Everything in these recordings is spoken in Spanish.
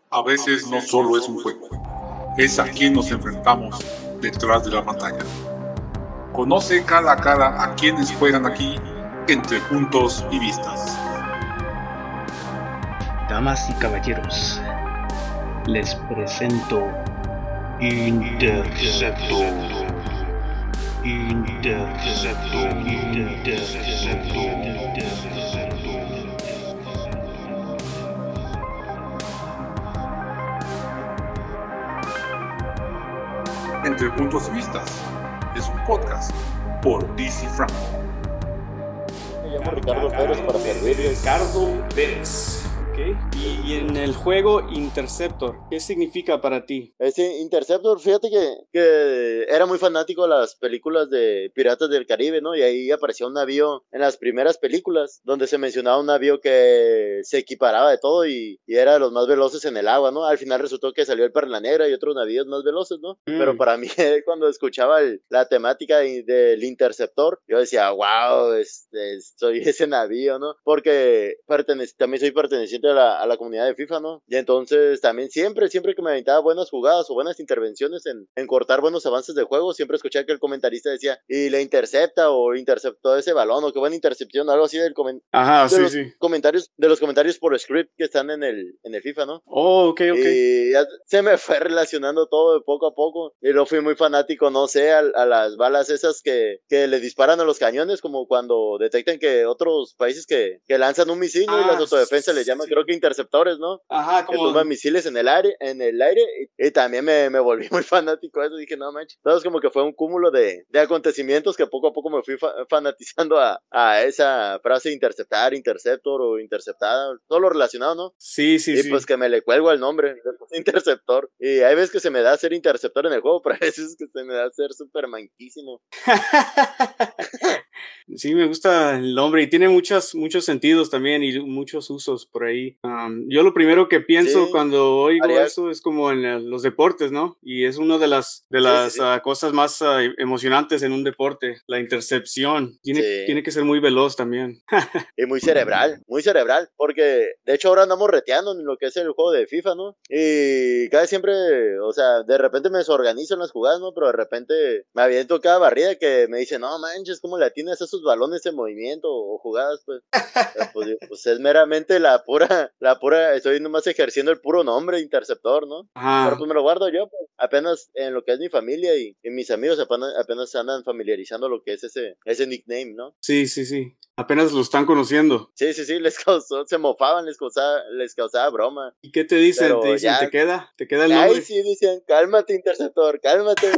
A veces no solo es un juego, es a quien nos enfrentamos detrás de la pantalla. Conoce cara a cara a quienes juegan aquí entre puntos y vistas. Damas y caballeros, les presento Intercepto. Entre puntos y vistas es un podcast por DC Franco. Me llamo Ricardo Pérez para servirle. Ricardo Pérez. Okay. Y en el juego Interceptor, ¿qué significa para ti? Interceptor, fíjate que era muy fanático de las películas de Piratas del Caribe, ¿no? Y ahí aparecía un navío en las primeras películas, donde se mencionaba un navío que se equiparaba de todo y era de los más veloces en el agua, ¿no? Al final resultó que salió el Perla Negra y otros navíos más veloces, ¿no? Pero para mí, cuando escuchaba la temática del Interceptor, yo decía, wow, soy ese navío, ¿no? Porque también soy perteneciente a la comunidad de FIFA, ¿no? Y entonces también siempre que me aventaba buenas jugadas o buenas intervenciones en cortar buenos avances de juego, siempre escuchaba que el comentarista decía, y le intercepta o interceptó ese balón o qué buena intercepción, algo así comentarios, de los comentarios por script que están en el FIFA, ¿no? Oh, ok. Y ya se me fue relacionando todo de poco a poco y lo fui muy fanático, no sé, a las balas esas que le disparan a los cañones, como cuando detectan que otros países que lanzan un misil, ¿no? Y las autodefensas le llaman, creo que interceptores, ¿no? Ajá, que tumban misiles en el aire y también me volví muy fanático de eso. Dije, no manches, entonces como que fue un cúmulo de acontecimientos que poco a poco me fui fanatizando a esa frase interceptar, interceptor o interceptada, todo lo relacionado, ¿no? Sí. Y pues que me le cuelgo al nombre, interceptor. Y hay veces que se me da ser interceptor en el juego, pero hay veces que se me da ser súper manquísimo. Sí, me gusta el nombre y tiene muchos sentidos también y muchos usos por ahí. Yo lo primero que pienso cuando oigo eso es como en los deportes, ¿no? Y es una de las cosas más emocionantes en un deporte, la intercepción. Tiene que ser muy veloz también. Y muy cerebral, porque de hecho ahora andamos reteando en lo que es el juego de FIFA, ¿no? Y casi siempre, o sea, de repente me desorganizo en las jugadas, ¿no? Pero de repente me aviento cada barrida que me dice, no manches, ¿cómo le atinas a esos balones en movimiento o jugadas? Pues es meramente la pura, estoy nomás ejerciendo el puro nombre, interceptor, ¿no? Ajá. Pero pues me lo guardo yo, pues, apenas en lo que es mi familia y mis amigos apenas se andan familiarizando lo que es ese nickname, ¿no? Sí. Apenas lo están conociendo. Sí, se mofaban, les causaba broma. ¿Y qué te dicen? Pero ¿Te dicen, ya, te queda el nombre? Ay, sí, dicen, cálmate, interceptor, cálmate.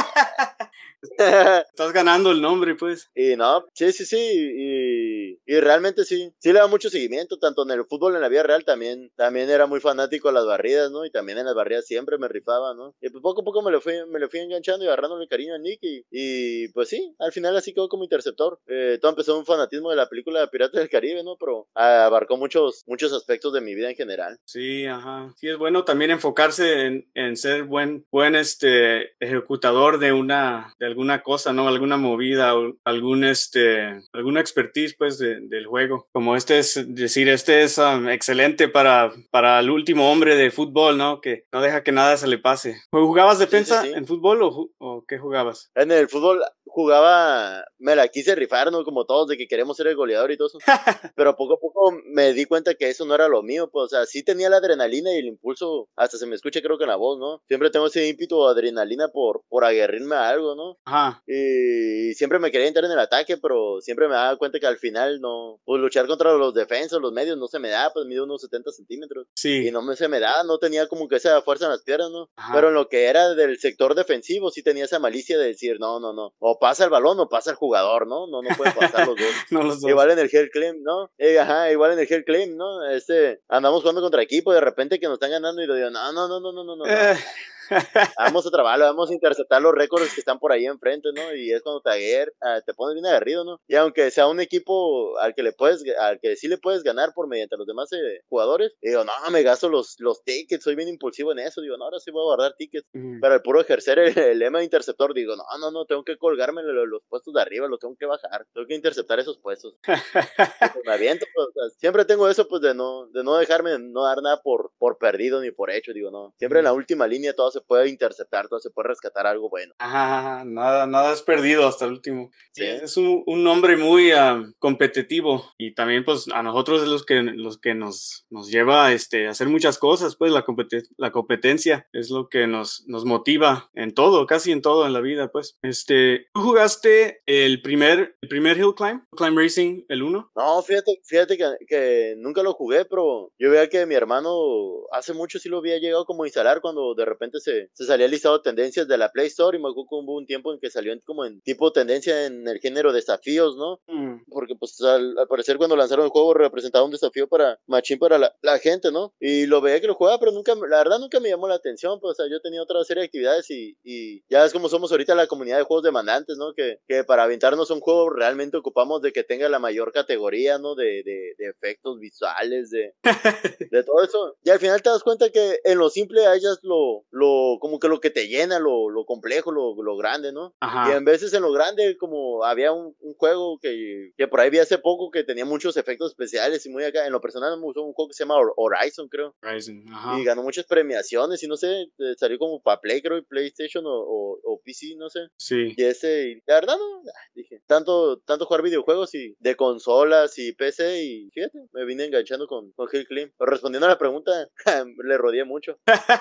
Estás ganando el nombre, pues. Y no, sí, y realmente sí le da mucho seguimiento, tanto en el fútbol, en la vida real, también era muy fanático de las barridas, ¿no? Y también en las barridas siempre me rifaba, ¿no? Y pues poco a poco me lo fui enganchando y agarrando el cariño a Nick y pues sí, al final así quedó como interceptor. Todo empezó un fanatismo de la película Piratas del Caribe, ¿no? Pero abarcó muchos aspectos de mi vida en general. Sí, ajá. Sí, es bueno también enfocarse en ser buen ejecutador de alguna cosa, ¿no? Alguna movida o alguna expertise, pues, del juego. Como este es excelente para el último hombre de fútbol, ¿no? Que no deja que nada se le pase. ¿Jugabas defensa en fútbol o qué jugabas? En el fútbol jugaba, me la quise rifar, ¿no? Como todos, de que queremos ser el goleador y todo eso. Pero poco a poco me di cuenta que eso no era lo mío, pues, o sea, sí tenía la adrenalina y el impulso, hasta se me escucha creo que en la voz, ¿no? Siempre tengo ese ímpetu de adrenalina por aguerrirme a algo, ¿no? Ajá. Y siempre me quería entrar en el ataque, pero siempre me daba cuenta que al final no, pues luchar contra los defensas, los medios, no se me da, pues mido unos 70 centímetros. Sí. Y se me da, no tenía como que esa fuerza en las piernas, ¿no? Ajá. Pero en lo que era del sector defensivo sí tenía esa malicia de decir, no, o pasa el balón o pasa el jugador, ¿no? No pueden pasar los dos. No, los dos. Igual en el Hell Claim, ¿no? Igual en el Hell Claim, ¿no? Andamos jugando contra equipo y de repente que nos están ganando y lo digo, no. Vamos a trabajarlo, vamos a interceptar los récords que están por ahí enfrente, ¿no? Y es cuando te pones bien aguerrido, ¿no? Y aunque sea un equipo al que sí le puedes ganar por mediante los demás jugadores, digo, no, me gasto los tickets, soy bien impulsivo en eso, digo, no, ahora sí voy a guardar tickets. Pero al puro ejercer el lema de interceptor, digo, no, tengo que colgarme los puestos de arriba, los tengo que bajar, tengo que interceptar esos puestos. Pues me aviento, pues, o sea, siempre tengo eso, pues, de no dejarme, no dar nada por perdido ni por hecho, digo, no. Siempre en la última línea todo se puede interceptar, todo se puede rescatar algo bueno. Ajá, nada es perdido hasta el último. Sí. Es un hombre muy competitivo y también pues a nosotros es los que nos lleva a hacer muchas cosas, pues la competencia es lo que nos motiva en todo, casi en todo en la vida, pues. ¿Tú jugaste el primer Hill Climb Racing, el 1? No, fíjate que nunca lo jugué, pero yo veía que mi hermano hace mucho sí lo había llegado como a instalar cuando de repente se salía el listado de tendencias de la Play Store y me acuerdo que hubo un tiempo en que salió como en tipo tendencia en el género desafíos, ¿no? Porque pues al parecer cuando lanzaron el juego representaba un desafío para machín para la gente, ¿no? Y lo veía que lo jugaba, pero la verdad nunca me llamó la atención, pues o sea, yo tenía otra serie de actividades y ya es como somos ahorita la comunidad de juegos demandantes, ¿no? Que para aventarnos un juego realmente ocupamos de que tenga la mayor categoría, ¿no? De efectos visuales, de todo eso. Y al final te das cuenta que en lo simple hayas como que lo que te llena, lo complejo, lo grande, ¿no? Ajá. Y en veces en lo grande, como había un juego que por ahí vi hace poco que tenía muchos efectos especiales y muy acá, en lo personal me gustó un juego que se llama Horizon, creo. Horizon, ajá. Y ganó muchas premiaciones y no sé, salió como para Play, creo, y PlayStation o PC, no sé. Sí. Y la verdad no, dije, tanto jugar videojuegos y de consolas y PC y fíjate, me vine enganchando con Hill Climb. Pero respondiendo a la pregunta, le rodeé mucho.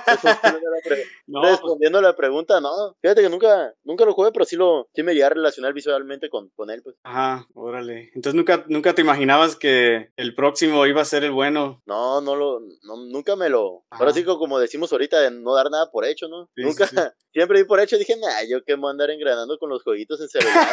Respondiendo a la pregunta, no, fíjate que nunca lo jugué, pero sí me llegué a relacionar visualmente con él, pues. Ajá, órale. Entonces nunca te imaginabas que el próximo iba a ser el bueno. No, nunca me lo. Ajá. Ahora sí, como decimos ahorita, de no dar nada por hecho, ¿no? Sí, nunca, sí. Siempre di por hecho, dije, yo qué me voy a andar engranando con los jueguitos en celular.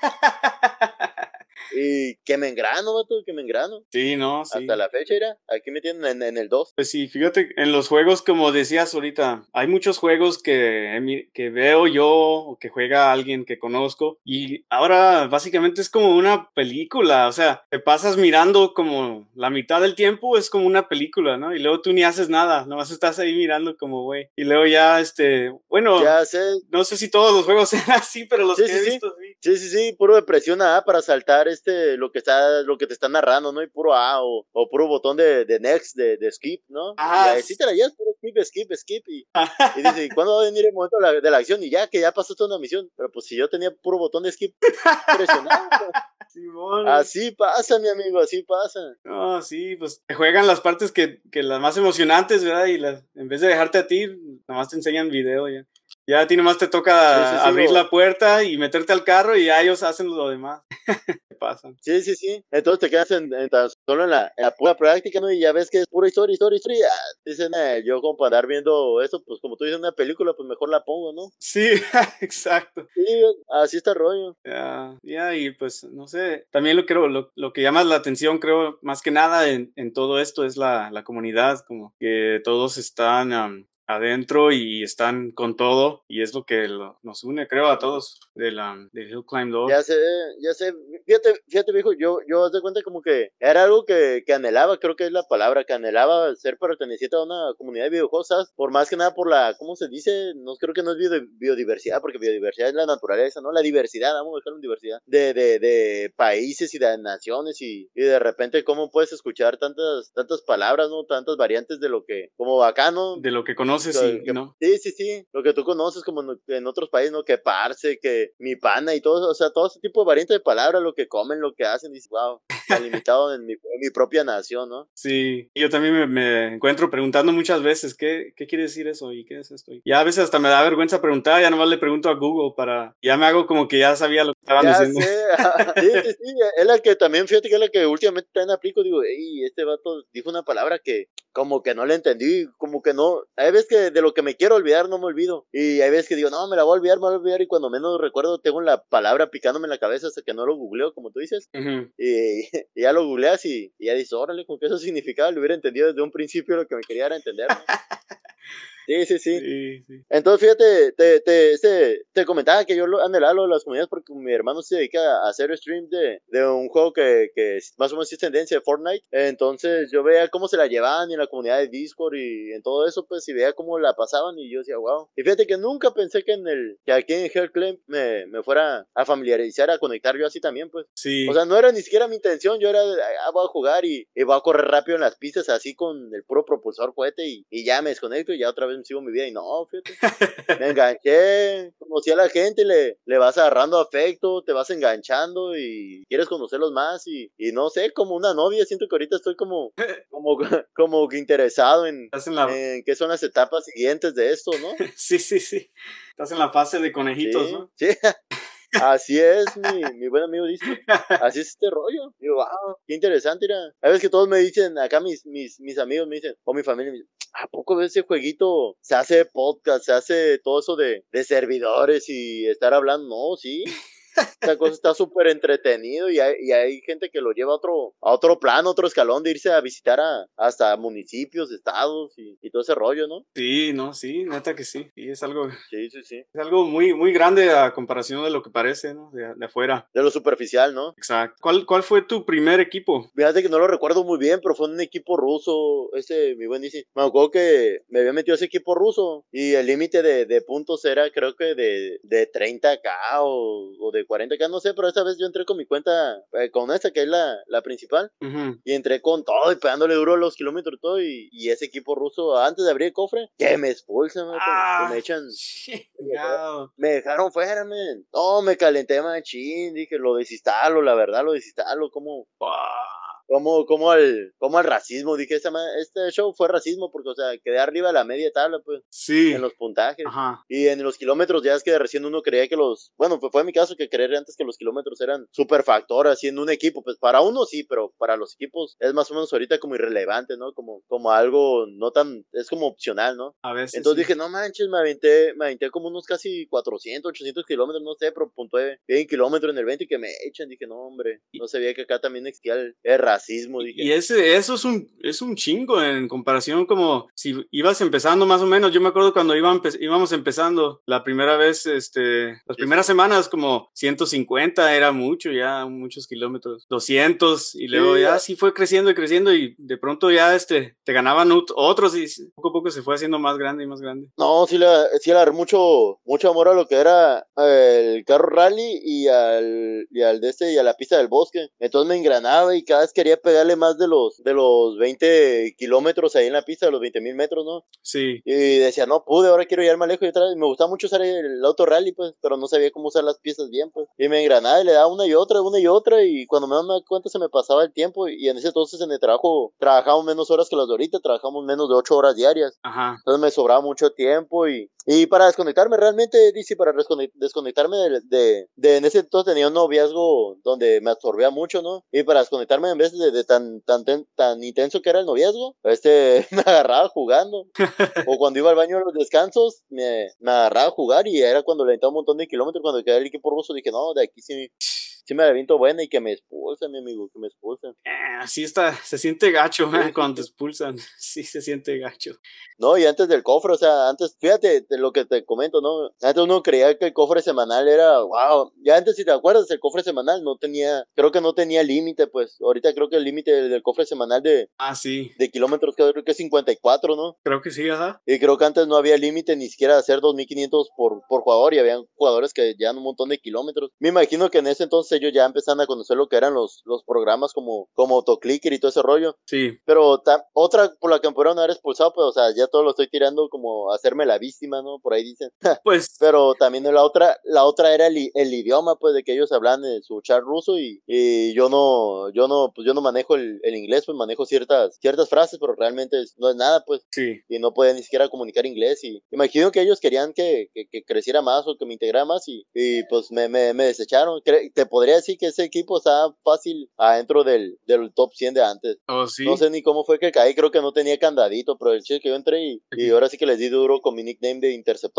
Y que me engrano, vato, que me engrano. Sí, no, sí. Hasta la fecha, mira, aquí me tienen en el 2. Pues sí, fíjate, en los juegos, como decías ahorita, hay muchos juegos que veo yo o que juega alguien que conozco y ahora básicamente es como una película, o sea, te pasas mirando como la mitad del tiempo es como una película, ¿no? Y luego tú ni haces nada, nomás estás ahí mirando como güey. Y luego ya, bueno, ya sé. No sé si todos los juegos sean así, pero los que he visto, sí. Sí, puro de presión A para saltar lo que te está narrando, ¿no? Y puro A o puro botón de next, de skip, ¿no? Ajá. Y ahí sí te la llevas, puro skip. Y dice, ¿y cuándo va a venir el momento de la acción? Y ya, que ya pasó toda una misión. Pero pues si yo tenía puro botón de skip presionado. Sí, bueno. Así pasa, mi amigo, así pasa. No, sí, pues te juegan las partes que las más emocionantes, ¿verdad? Y en vez de dejarte a ti, nomás te enseñan video ya. Ya a ti nomás te toca abrir la puerta y meterte al carro y ya ellos hacen lo demás. ¿Qué pasa? Sí. Entonces te quedas tan solo en la pura práctica, ¿no? Y ya ves que es pura historia. Dicen, yo como para andar viendo eso, pues como tú dices una película, pues mejor la pongo, ¿no? Sí, exacto. Sí, así está el rollo. Ya, y pues, no sé, también lo que llama la atención, creo, más que nada en todo esto es la comunidad, como que todos están adentro y están con todo y es lo que nos une, creo, a todos del Hill Climb 2. Ya sé, fíjate viejo, yo haz de cuenta como que era algo que anhelaba, creo que es la palabra, que anhelaba ser perteneciente a una comunidad de videojuegos, ¿sabes? Por más que nada por ¿cómo se dice? No creo que no es biodiversidad, porque biodiversidad es la naturaleza, ¿no? La diversidad, vamos a dejarlo en diversidad, de países y de naciones y de repente cómo puedes escuchar tantas palabras, ¿no? Tantas variantes de lo que, como bacano. De lo que conoces, sí, ¿no? Sí, lo que tú conoces como en otros países, ¿no? Que parce, que mi pana y todo, o sea, todo ese tipo de variantes de palabras, lo que comen, lo que hacen, dices, wow, está limitado en mi propia nación, ¿no? Sí, yo también me encuentro preguntando muchas veces, ¿qué quiere decir eso? ¿Y qué es esto? Y a veces hasta me da vergüenza preguntar, ya nomás le pregunto a Google ya me hago como que ya sabía lo que estaban diciendo. Sí, es la que también, fíjate que es la que últimamente también aplico, digo, este vato dijo una palabra que como que no le entendí, como que no, hay veces que de lo que me quiero olvidar no me olvido, y hay veces que digo, no, me la voy a olvidar, y cuando menos recuerdo tengo la palabra picándome en la cabeza hasta que no lo googleo, como tú dices, y ya lo googleas y ya dices, órale, con que eso significaba, lo hubiera entendido desde un principio lo que me quería era entender, ¿no? Sí, sí, sí. Sí, sí. Entonces, fíjate, te comentaba que yo anhelaba lo de las comunidades porque mi hermano se dedica a hacer stream de un juego que más o menos es tendencia de Fortnite. Entonces, yo veía cómo se la llevaban en la comunidad de Discord y en todo eso, pues, y veía cómo la pasaban y yo decía, wow. Y fíjate que nunca pensé que aquí en Hellclamp me fuera a familiarizar, a conectar yo así también, pues. O Sí. sea, no era ni siquiera mi intención, yo era, voy a jugar y voy a correr rápido en las pistas así con el puro propulsor cohete y ya me desconecto y ya otra vez me sigo mi vida y no, fíjate. Me enganché, conocí a la gente, le vas agarrando afecto, te vas enganchando y quieres conocerlos más y no sé, como una novia, siento que ahorita estoy como que interesado Estás en la... en qué son las etapas siguientes de esto, ¿no? Sí, sí, sí. Estás en la fase de conejitos, Sí, ¿no? sí, así es, mi buen amigo dice. Así es este rollo. Digo, wow, qué interesante, mira. A veces que todos me dicen, acá mis amigos me dicen, o mi familia me dice, ¿a poco ves ese jueguito? Se hace podcast, se hace todo eso de servidores y estar hablando. No, sí. Esta cosa está súper entretenido y hay gente que lo lleva a otro plano, otro escalón de irse a visitar hasta municipios, estados y todo ese rollo, ¿no? Sí, no, sí, neta que sí. Y Sí, sí, sí. es algo muy, muy grande a comparación de lo que parece, ¿no? De afuera. De lo superficial, ¿no? Exacto. ¿Cuál fue tu primer equipo? Fíjate que no lo recuerdo muy bien, pero fue un equipo ruso, mi buen dice. Me acuerdo que me había metido a ese equipo ruso y el límite de puntos era creo que de 30K o de 40K, no sé, pero esta vez yo entré con mi cuenta, con esta que es la principal, Ujú. y entré con todo y pegándole duro a los kilómetros y todo, y ese equipo ruso, antes de abrir el cofre, que me expulsan, que me echan... Chingado. Me dejaron fuera, men. No, me calenté machín. Dije, lo desinstalo, la verdad, lo desinstalo. Como al racismo. Dije, este show fue racismo porque, o sea, quedé arriba de la media tabla, pues, Sí. en los puntajes. Ajá. Y en los kilómetros, ya es que recién uno creía que bueno, fue mi caso que creer antes que los kilómetros eran super factor, así en un equipo. Pues para uno sí, pero para los equipos es más o menos ahorita como irrelevante, ¿no? Como algo no tan, es como opcional, ¿no? A veces Entonces sí. dije, no manches, me aventé como unos casi 400, 800 kilómetros, no sé, pero puntué 20 kilómetros en el 20 y que me echan. Dije, no, hombre, no sabía que acá también existía el racismo, Y dije. eso es un chingo en comparación como si ibas empezando más o menos. Yo me acuerdo cuando íbamos empezando la primera vez, las primeras semanas como 150 era mucho, ya muchos kilómetros, 200 y luego Sí, ya sí fue creciendo y creciendo y de pronto ya te ganaban otros y poco a poco se fue haciendo más grande y más grande. no, sí le agarré mucho amor a lo que era el carro rally y y a la pista del bosque. Entonces me engranaba y cada vez quería pegarle más de los 20 kilómetros ahí en la pista, de los 20,000 metros, ¿no? Sí. Y decía, no pude, ahora quiero llegar más lejos y otra vez. Me gustaba mucho usar el auto rally, pues, pero no sabía cómo usar las piezas bien, pues. Y me engranaba y le daba una y otra, y cuando me daba cuenta se me pasaba el tiempo, y en ese entonces en el trabajo trabajábamos menos horas que las de ahorita, trabajamos menos de 8 horas diarias. Ajá. Entonces me sobraba mucho tiempo y para desconectarme realmente, dice, para desconectarme en ese entonces tenía un noviazgo donde me absorbía mucho, ¿no? Y para desconectarme en vez de tan intenso que era el noviazgo, me agarraba jugando. O cuando iba al baño en los descansos, me agarraba a jugar y era cuando le aventaba un montón de kilómetros. Cuando quedé el equipo ruso, dije, no, de aquí sí me la aviento buena y que me expulsen, mi amigo, que me expulsen. Así está, se siente gacho, Sí, cuando te sí. expulsan. Sí, se siente gacho. No, y antes del cofre, o sea, antes, fíjate de lo que te comento, ¿no? Antes uno creía que el cofre semanal era, wow, ya antes si te acuerdas, el cofre semanal creo que no tenía límite, pues, ahorita creo que el límite del cofre semanal Ah, sí, de kilómetros creo que es 54, ¿no? creo que sí, ajá. Y creo que antes no había límite ni siquiera de hacer 2,500 por jugador y habían jugadores que llevan un montón de kilómetros. Me imagino que en ese entonces ellos ya empezaron a conocer lo que eran los programas como Autoclicker y todo ese rollo. Sí, Pero otra por la que me pudieron haber expulsado, pues, o sea, ya todo lo estoy tirando como a hacerme la víctima, ¿no? Por ahí dicen. pues Pero también la otra era el idioma, pues, de que ellos hablan en su chat ruso y pues yo no manejo el inglés, pues manejo ciertas frases, pero realmente no es nada, pues. sí. Y no podía ni siquiera comunicar inglés y imagino que ellos querían que creciera más o que me integrara más y pues me desecharon. Te podría decir que ese equipo estaba fácil adentro del top 100 de antes. Oh, No sí. sé ni cómo fue que caí, creo que no tenía candadito, pero el chiste que yo entré y Aquí. ahora sí que les di duro con mi nickname de interceptor.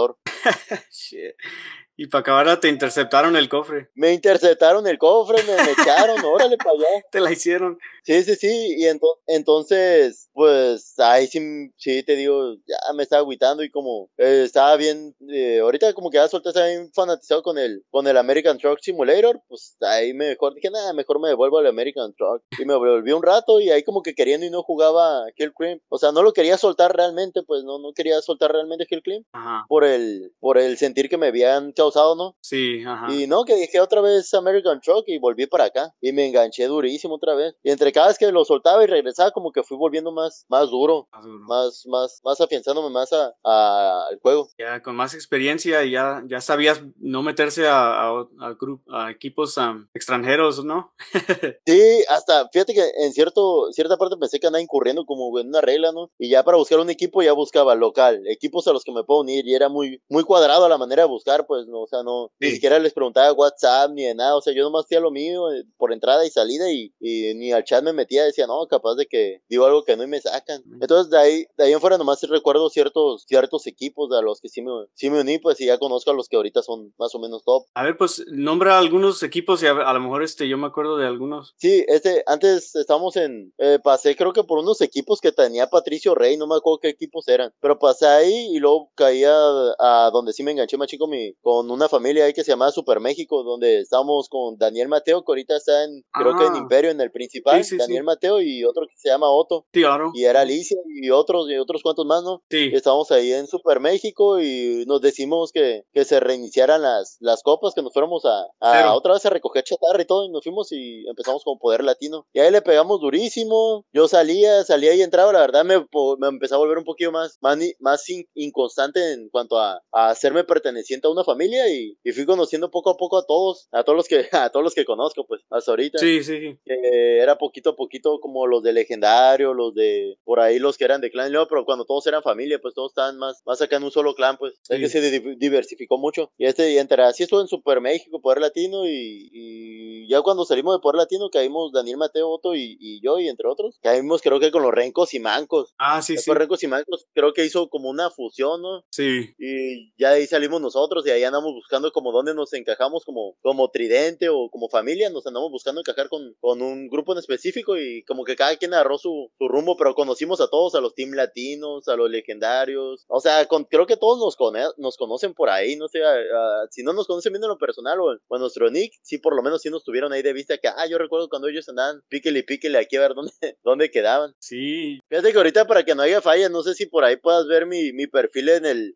Shit. Y para acabar te interceptaron el cofre. Me interceptaron el cofre, me echaron, órale para allá. Te la hicieron. Sí, y entonces, pues, ahí sí te digo, ya me estaba agüitando y como estaba bien, ahorita como que ya solté, estaba bien fanatizado con el American Truck Simulator, pues ahí dije, nada, mejor me devuelvo al American Truck. Y me volví un rato y ahí como que queriendo y no jugaba Hill Climb. O sea, no lo quería soltar realmente, pues no quería soltar realmente Hill Climb. Ajá. Por el sentir que me habían causado, ¿no? Sí, ajá. Y no, que dejé otra vez American Truck y volví para acá. Y me enganché durísimo otra vez. Y entre cada vez que lo soltaba y regresaba, como que fui volviendo más duro. Más afianzándome más al juego. Ya con más experiencia y ya sabías no meterse a equipos extranjeros, ¿no? Sí, hasta fíjate que en cierta parte pensé que andaba incurriendo como en una regla, ¿no? Y ya para buscar un equipo ya buscaba local, equipos a los que me puedo unir, y era muy cuadrado a la manera de buscar, pues, no, o sea, no, Sí. ni siquiera les preguntaba WhatsApp ni de nada, o sea, yo nomás hacía lo mío por entrada y salida y ni al chat me metía, decía, no, capaz de que digo algo que no y me sacan. Entonces de ahí en fuera nomás recuerdo ciertos equipos a los que sí me uní, pues, y ya conozco a los que ahorita son más o menos top. A ver, pues nombra algunos equipos y a lo mejor yo me acuerdo de algunos. Sí, antes estábamos pasé creo que por unos equipos que tenía Patricio Rey, no me acuerdo qué equipos eran, pero pasé ahí y luego caía a donde sí me enganché más chico con una familia ahí que se llamaba Super México, donde estábamos con Daniel Mateo, que ahorita está creo que en Imperio, en el principal, sí, Daniel Mateo y otro que se llama Otto. Sí, claro. Y era Alicia y otros cuantos más, ¿no? Sí. Y estábamos ahí en Super México y nos decimos que se reiniciaran las copas, que nos fuéramos a otra vez a recoger chatarra y todo, y nos fuimos y empezamos con Poder Latino. Y ahí le pegamos durísimo. Yo salía y entraba, la verdad me empezó a volver un poquito más inconstante en cuanto a hacerme perteneciente a una familia y fui conociendo poco a poco a todos los que conozco, pues, hasta ahorita. Sí. Era poquito a poquito como los de Legendario, los de por ahí, los que eran de clan, no, pero cuando todos eran familia, pues todos estaban más acá en un solo clan, pues. Sí. Es que se diversificó mucho. Y así estuvo en Super México, Poder Latino, y ya cuando salimos de Poder Latino caímos Daniel Mateo, Otto y yo, y entre otros, caímos creo que con los Rencos y Mancos. Sí. Rencos y Mancos creo que hizo como una fusión, ¿no? Sí. Y ya de ahí salimos nosotros y ahí andamos buscando como dónde nos encajamos como tridente o como familia, nos andamos buscando encajar con un grupo en específico y como que cada quien agarró su rumbo, pero conocimos a todos, a los Team Latinos, a los Legendarios, o sea, creo que todos nos conocen por ahí, no sé, si no nos conocen bien en lo personal o en nuestro nick, sí por lo menos sí nos tuvieron ahí de vista que, yo recuerdo cuando ellos andaban píquele aquí a ver dónde quedaban. Sí. Fíjate que ahorita para que no haya fallas, no sé si por ahí puedas ver mi perfil del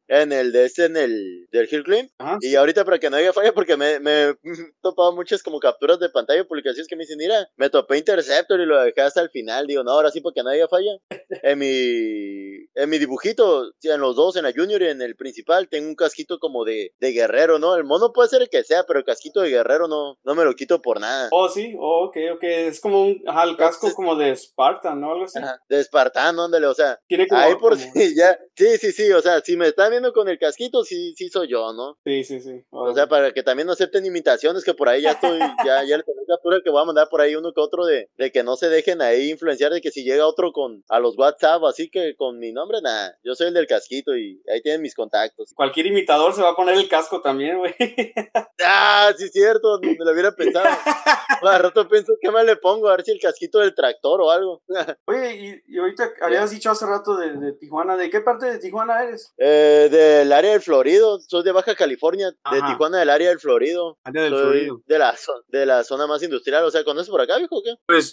Hill Climb. Y ahorita para que no haya falla, porque me he topado muchas como capturas de pantalla, publicaciones que me dicen, mira, me topé Interceptor y lo dejé hasta el final. Digo, no, ahora sí para que no haya falla. En mi dibujito, en los dos, en la Junior y en el principal, tengo un casquito como de guerrero, ¿no? El mono puede ser el que sea, pero el casquito de guerrero no me lo quito por nada. Sí, ok. Es como el casco como de Spartan, ¿no? Algo así. Ajá, de espartano, ándale, o sea, tiene como, ahí por si ya, sí, o sea, si me están viendo con el casquito, sí soy yo, ¿no? Sí. O sea, para que también no acepten imitaciones, que por ahí ya estoy, ya le tengo captura que voy a mandar por ahí uno que otro de que no se dejen ahí influenciar, de que si llega otro a los WhatsApp, así que con mi nombre, nada, yo soy el del casquito y ahí tienen mis contactos. Cualquier imitador se va a poner el casco también, güey. Sí, cierto, me lo hubiera pensado. Al rato pienso que me le pongo, a ver si el casquito del tractor o algo. Oye, y ahorita habías dicho hace rato de Tijuana, ¿de qué parte de Tijuana eres? Del área del Florido, soy de Baja California, de Tijuana, del área del Florido. Florido. De la zona más industrial, o sea, ¿conoces por acá, viejo, o qué? Pues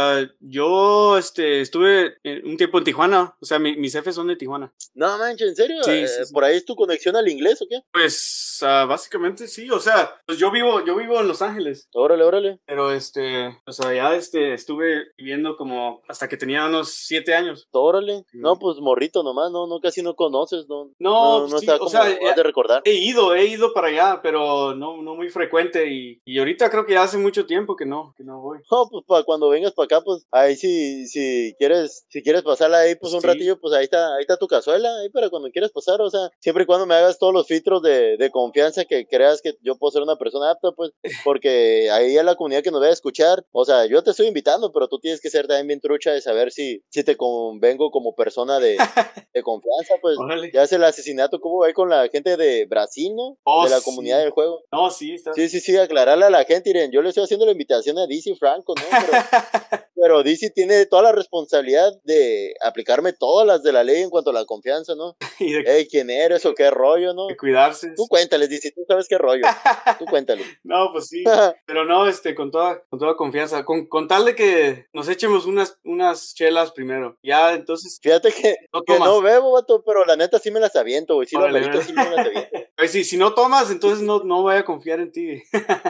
yo estuve un tiempo en Tijuana, o sea, mis jefes son de Tijuana. No manches, ¿en serio? Sí. ¿Por ahí es tu conexión al inglés o qué? Pues básicamente sí, o sea, pues yo vivo en Los Ángeles. Órale. Pero pues allá estuve viviendo como hasta que tenía unos 7 años. Órale. Sí. No, pues morrito nomás, no casi no conoces, no sí, está como o sea, de recordar. He ido para allá, pero no muy frecuente y ahorita creo que ya hace mucho tiempo que no voy. No, pues para cuando vengas para acá, pues ahí si quieres pasarla ahí, pues un Sí. ratillo, pues ahí está tu cazuela, ahí para cuando quieras pasar, o sea, siempre y cuando me hagas todos los filtros de confianza que creas que yo puedo ser una persona apta, pues, porque ahí a la comunidad que nos vaya a escuchar, o sea, yo te estoy invitando, pero tú tienes que ser también bien trucha de saber si te convengo como persona de confianza, pues, Órale. ya es el asesinato que hubo ahí con la gente de Brasil, ¿no? Oh, De la sí. comunidad del juego. No, sí, está. Sí, aclararle a la gente, miren, yo le estoy haciendo la invitación a DC Franco, ¿no? Pero DC tiene toda la responsabilidad de aplicarme todas las de la ley en cuanto a la confianza, ¿no? Y de, Ey, ¿quién eres o qué rollo, no? de cuidarse. Tú cuéntales, DC, tú sabes qué rollo. Tú cuéntales. No, pues sí. Pero no, con toda confianza. Con tal de que nos echemos unas chelas primero. Ya, entonces. Fíjate que no bebo, vato, pero la neta sí me las aviento, güey. Sí, Órale, lo amerito, sí me las aviento. Pues sí, si no tomas, entonces no voy a confiar en ti.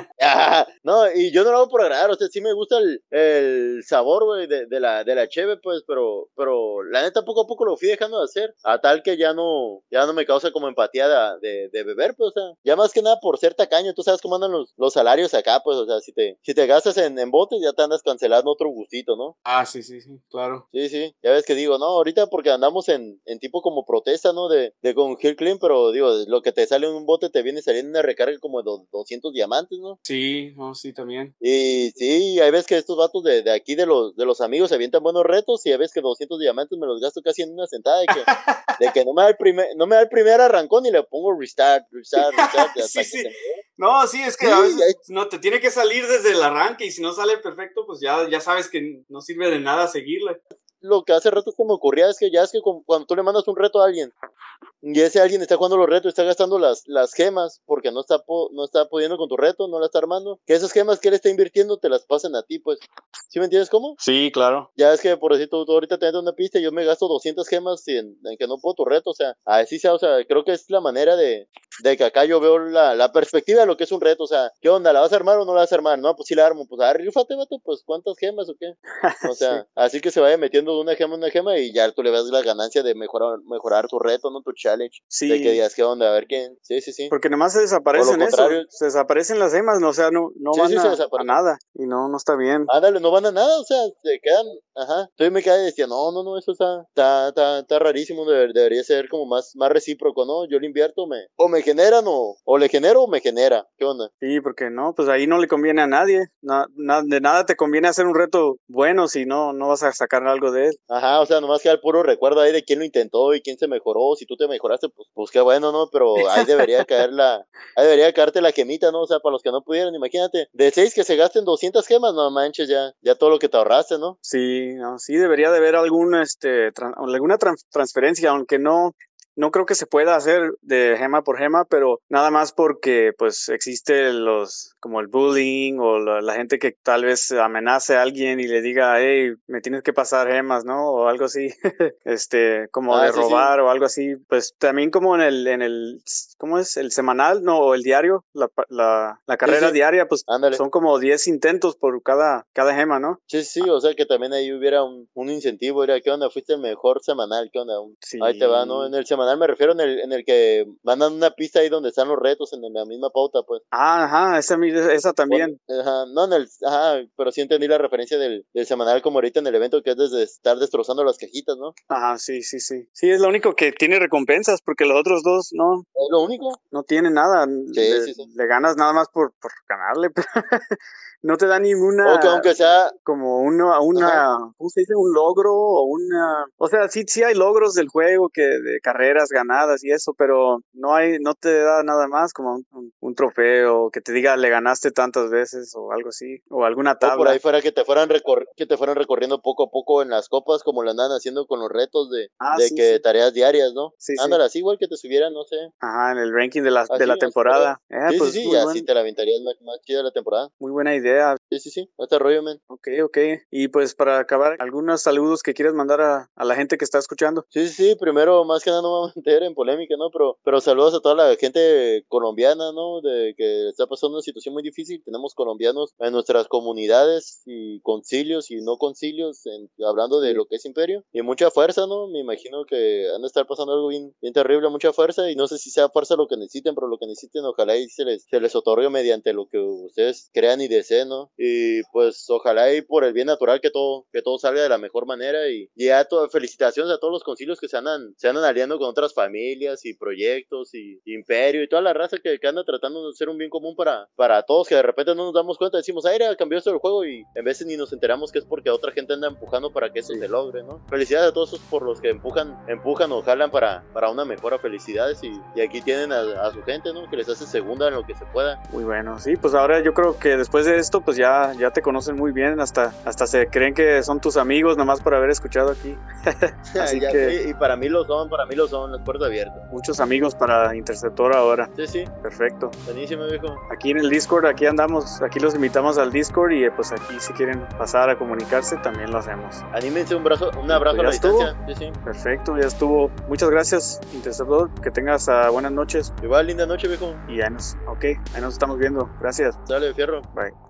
No, y yo no lo hago por agradar, o sea, sí me gusta el sabor, güey, de la cheve, pues, pero la neta poco a poco lo fui dejando de hacer, a tal que ya no me causa como empatía de beber, pues, o sea, ya más que nada por ser tacaño, tú sabes cómo andan los salarios acá, pues, o sea, si te gastas en botes, ya te andas cancelando otro gustito, ¿no? Ah, sí, claro. Sí, ya ves que digo, no, ahorita porque andamos en tipo como protesta, ¿no? De con Hill Clean, pero digo, lo que te sale en un bote te viene saliendo una recarga como de 200 diamantes, ¿no? Sí, no, sí, también. Y sí, hay veces que estos vatos de aquí de los amigos se avientan buenos retos y hay veces que 200 diamantes me los gasto casi en una sentada de que no me da el primer arrancón y le pongo restart hasta sí. No, sí, es que a veces no te tiene que salir desde el arranque y si no sale perfecto, pues ya sabes que no sirve de nada seguirle. Lo que hace rato se me ocurría es que cuando tú le mandas un reto a alguien y ese alguien está jugando los retos, está gastando las gemas porque no está pudiendo con tu reto, no la está armando, que esas gemas que él está invirtiendo te las pasen a ti, pues. ¿Sí me entiendes cómo? Sí, claro. Ya es que por decir tú ahorita te das una pista y yo me gasto 200 gemas en que no puedo tu reto, o sea, así sea, o sea, creo que es la manera de que acá yo veo la perspectiva de lo que es un reto, o sea, ¿qué onda? ¿La vas a armar o no la vas a armar? No, pues sí la armo, pues a ver, rífate, vato, pues ¿cuántas gemas o qué? O sea, sí. Así que se vaya metiendo de una gema y ya tú le ves la ganancia de mejorar tu reto, ¿no? Tu challenge. Sí. De que digas, ¿qué onda? A ver quién. Sí. Porque nomás se desaparecen se desaparecen las gemas, ¿no? O sea, no van a nada y no está bien. Ándale, no van a nada, o sea, se quedan, Entonces me quedé y decía, no, eso está rarísimo, debería ser como más recíproco, ¿no? Yo le invierto, o me generan o le genero o me genera, ¿qué onda? Sí, porque no, pues ahí no le conviene a nadie, de nada te conviene hacer un reto bueno si no vas a sacar algo de él. O sea, nomás queda el puro recuerdo ahí de quién lo intentó y quién se mejoró, si tú te mejoraste, pues qué bueno, ¿no? Pero ahí debería caerte la gemita, ¿no? O sea, para los que no pudieron, imagínate, de 6 que se gasten 200 gemas, no manches, ya todo lo que te ahorraste, ¿no? Sí, sí debería de haber alguna transferencia, aunque no creo que se pueda hacer de gema por gema, pero nada más porque pues existe como el bullying o la gente que tal vez amenace a alguien y le diga, hey, me tienes que pasar gemas, ¿no? O algo así, como de robar o algo así. Pues también como en el ¿cómo es? El semanal, ¿no? O el diario, la carrera diaria, pues ándale. Son como 10 intentos por cada gema, ¿no? Sí, o sea que también ahí hubiera un incentivo, era, ¿qué onda? Fuiste el mejor semanal, ¿qué onda? Sí. Ahí te va, ¿no? En el semanal me refiero en el que mandan una pista ahí donde están los retos en la misma pauta, pues. Esa también. Pero sí entendí la referencia del semanal como ahorita en el evento, que es desde estar destrozando las cajitas, ¿no? Sí. Sí, es lo único que tiene recompensas, porque los otros dos no. ¿Es lo único? No tiene nada. Sí. Le ganas nada más por ganarle. No te da ninguna. O que aunque sea. Como ¿cómo se dice? Un logro o una. O sea, sí hay logros del juego, de carreras ganadas y eso, pero no te da nada más como un trofeo que te diga le ganaste tantas veces o algo así, o alguna tabla. O por ahí fuera que te fueran recorriendo poco a poco en las copas, como lo andan haciendo con los retos de tareas diarias, ¿no? Sí. Ándale, así igual que te subieran, no sé. En el ranking de la temporada. Sí, y así te la aventarías más chida la temporada. Muy buena idea. Sí, este rollo, man. Ok. Y pues para acabar, algunos saludos que quieras mandar a la gente que está escuchando. Sí, primero, más que nada no me voy a meter en polémica, ¿no? Pero saludos a toda la gente colombiana, ¿no? De que está pasando una situación muy difícil. Tenemos colombianos en nuestras comunidades y concilios y no concilios, hablando de lo que es imperio. Y mucha fuerza, ¿no? Me imagino que han de estar pasando algo bien terrible, mucha fuerza. Y no sé si sea fuerza lo que necesiten, pero lo que necesiten, ojalá y se les otorgue mediante lo que ustedes crean y deseen, ¿no? y pues ojalá y por el bien natural que todo salga de la mejor manera y ya felicitaciones a todos los concilios que se andan aliando con otras familias y proyectos y imperio y toda la raza que anda tratando de hacer un bien común para todos, que de repente no nos damos cuenta, decimos, cambió esto del juego y en veces ni nos enteramos que es porque otra gente anda empujando para que eso se logre, ¿no? Felicidades a todos esos por los que empujan o jalan para una mejora, felicidades y aquí tienen a su gente, ¿no? Que les hace segunda en lo que se pueda. Muy bueno, sí, pues ahora yo creo que después de esto pues ya te conocen muy bien, hasta se creen que son tus amigos nomás por haber escuchado aquí. Así que y para mí lo son, las puertas abiertas. Muchos amigos para Interceptor ahora. Sí. Perfecto. Buenísimo, viejo. Aquí en el Discord, aquí andamos, aquí los invitamos al Discord y pues aquí si quieren pasar a comunicarse también lo hacemos. Anímense, un abrazo a la distancia. Sí. Perfecto, ya estuvo. Muchas gracias, Interceptor, que tengas buenas noches. Igual, linda noche, viejo. Y ahí nos estamos viendo. Gracias. Dale, fierro. Bye.